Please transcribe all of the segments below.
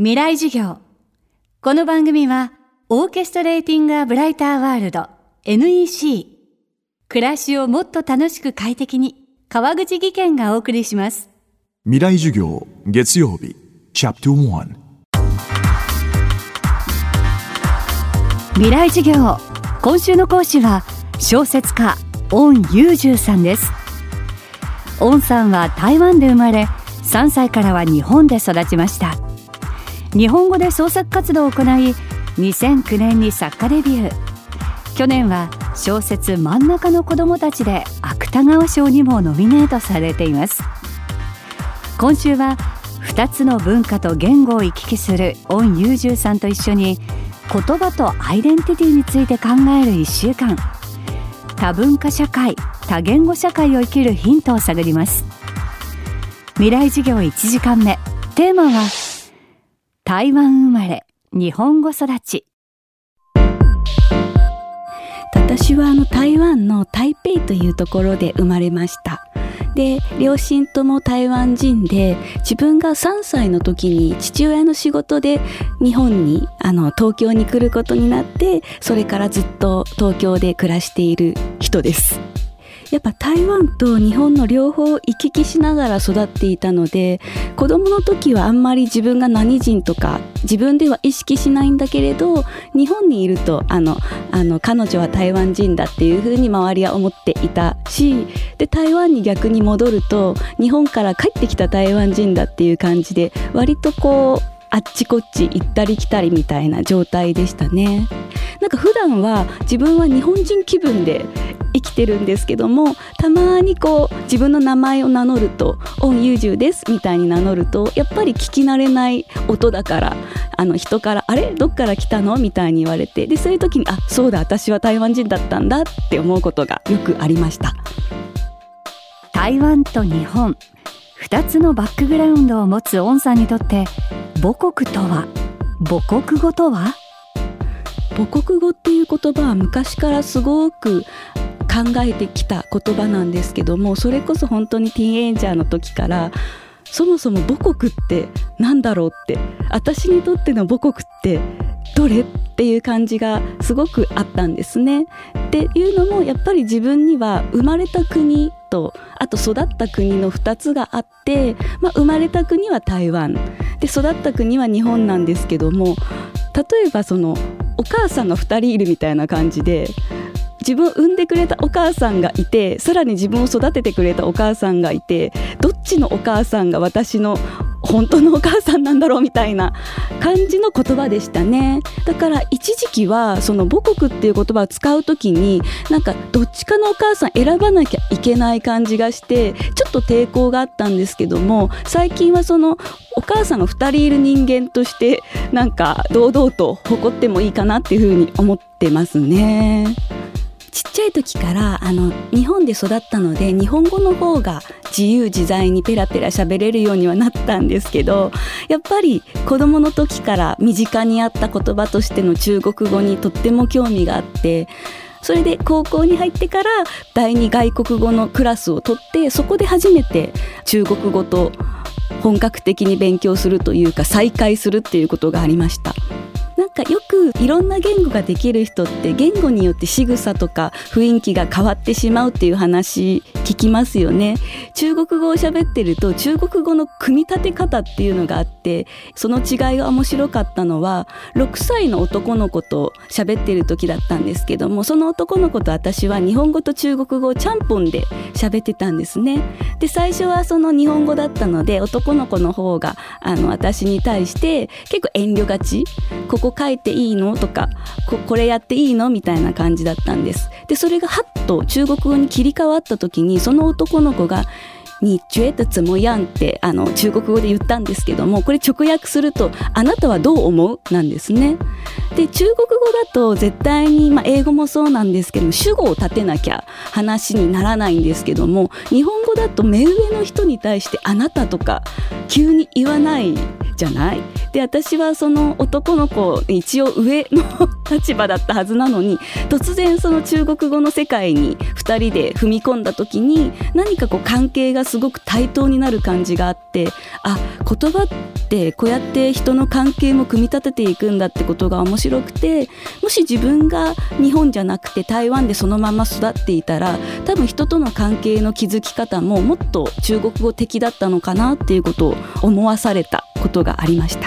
未来授業。この番組はオーケストレーティング・ア・ブライター・ワールド NEC 暮らしをもっと楽しく快適に川口義賢がお送りします。 未来授業月曜日チャプター1 未来授業。今週の講師は小説家温裕十さんです。温さんは台湾で生まれ、3歳からは日本で育ちました。日本語で創作活動を行い、2009年に作家デビュー。去年は小説真ん中の子どもたちで芥川賞にもノミネートされています。今週は2つの文化と言語を行き来する温裕十さんと一緒に、言葉とアイデンティティについて考える1週間。多文化社会、多言語社会を生きるヒントを探ります。未来授業1時間目。テーマは台湾生まれ、日本語育ち。 私は台湾の台北というところで生まれました。で、両親とも台湾人で、自分が3歳の時に父親の仕事で日本に東京に来ることになって、それからずっと東京で暮らしている人です。やっぱ台湾と日本の両方行き来しながら育っていたので、子供の時はあんまり自分が何人とか自分では意識しないんだけれど、日本にいると彼女は台湾人だっていう風に周りは思っていたし、で台湾に逆に戻ると日本から帰ってきた台湾人だっていう感じで、割とあっちこっち行ったり来たりみたいな状態でしたね。なんか普段は自分は日本人気分で生きてるんですけども、たまに自分の名前を名乗ると、温裕十ですみたいに名乗ると、やっぱり聞き慣れない音だから、人からあれどっから来たのみたいに言われて、でそういう時にそうだ、私は台湾人だったんだって思うことがよくありました。 台湾と日本、2つのバックグラウンドを持つ温さんにとって、母国とは、母国語とは。 母国語っていう言葉は昔からすごく考えてきた言葉なんですけども、それこそ本当にティーンエイジャーの時から、そもそも母国ってなんだろうって、私にとっての母国ってどれっていう感じがすごくあったんですね。っていうのも、やっぱり自分には生まれた国と、あと育った国の2つがあって、生まれた国は台湾で、育った国は日本なんですけども、例えばお母さんが2人いるみたいな感じで、自分を産んでくれたお母さんがいて、さらに自分を育ててくれたお母さんがいて、どっちのお母さんが私の本当のお母さんなんだろうみたいな感じの言葉でしたね。だから一時期は母国っていう言葉を使うときに、なんかどっちかのお母さん選ばなきゃいけない感じがして、ちょっと抵抗があったんですけども、最近はお母さんが2人いる人間として、なんか堂々と誇ってもいいかなっていうふうに思ってますね。ちっちゃい時から日本で育ったので、日本語の方が自由自在にペラペラ喋れるようにはなったんですけど、やっぱり子供の時から身近にあった言葉としての中国語にとっても興味があって、それで高校に入ってから第二外国語のクラスを取って、そこで初めて中国語と本格的に勉強するというか、再開するっていうことがありました。なんかよくいろんな言語ができる人って、言語によって仕草とか雰囲気が変わってしまうっていう話聞きますよね。中国語を喋ってると、中国語の組み立て方っていうのがあって、その違いが面白かったのは、6歳の男の子と喋ってる時だったんですけども、その男の子と私は日本語と中国語をちゃんぽんで喋ってたんですね。で、最初は日本語だったので、男の子の方が私に対して結構遠慮がち、ここ書いていいのとか、これやっていいのみたいな感じだったんです。で、それがハッと中国語に切り替わった時に、その男の子が你觉得怎么样って中国語で言ったんですけども、これ直訳すると、あなたはどう思うなんですね。で、中国語だと絶対に、英語もそうなんですけども、主語を立てなきゃ話にならないんですけども、日本語だと目上の人に対してあなたとか急に言わないじゃない。で、私はその男の子、一応上の立場だったはずなのに、突然その中国語の世界に2人で踏み込んだ時に、何かこう関係がすごく対等になる感じがあって、言葉ってこうやって人の関係も組み立てていくんだってことが面白くて、もし自分が日本じゃなくて台湾でそのまま育っていたら、多分人との関係の築き方ももっと中国語的だったのかなっていうことを思わされたことがありました。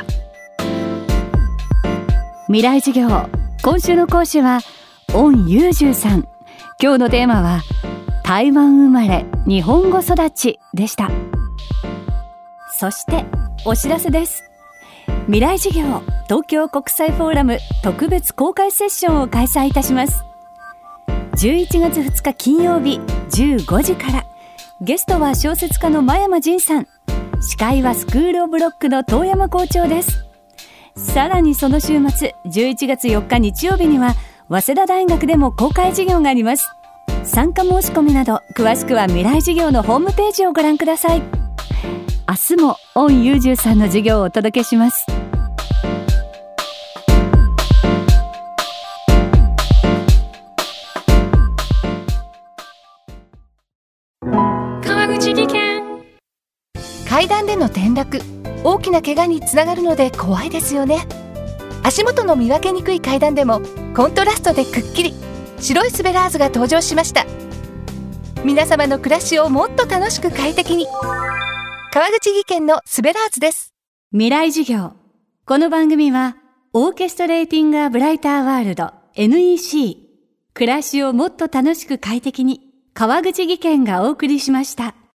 未来授業、今週の講師は温裕十さん。今日のテーマは台湾生まれ日本語育ちでした。そしてお知らせです。未来授業東京国際フォーラム特別公開セッションを開催いたします。11月2日金曜日15時から。ゲストは小説家の真山仁さん。司会はスクールオブロックの遠山校長です。さらにその週末11月4日日曜日には早稲田大学でも公開授業があります。参加申し込みなど詳しくは未来授業のホームページをご覧ください。明日も温裕十さんの授業をお届けします。 川口技研。階段での転落、大きな怪我につながるので怖いですよね。足元の見分けにくい階段でもコントラストでくっきり白いスベラーズが登場しました。皆様の暮らしをもっと楽しく快適に、川口技研のスベラーズです。 未来授業、この番組はオーケストレーティングアブライターワールド NEC、 暮らしをもっと楽しく快適に、川口技研がお送りしました。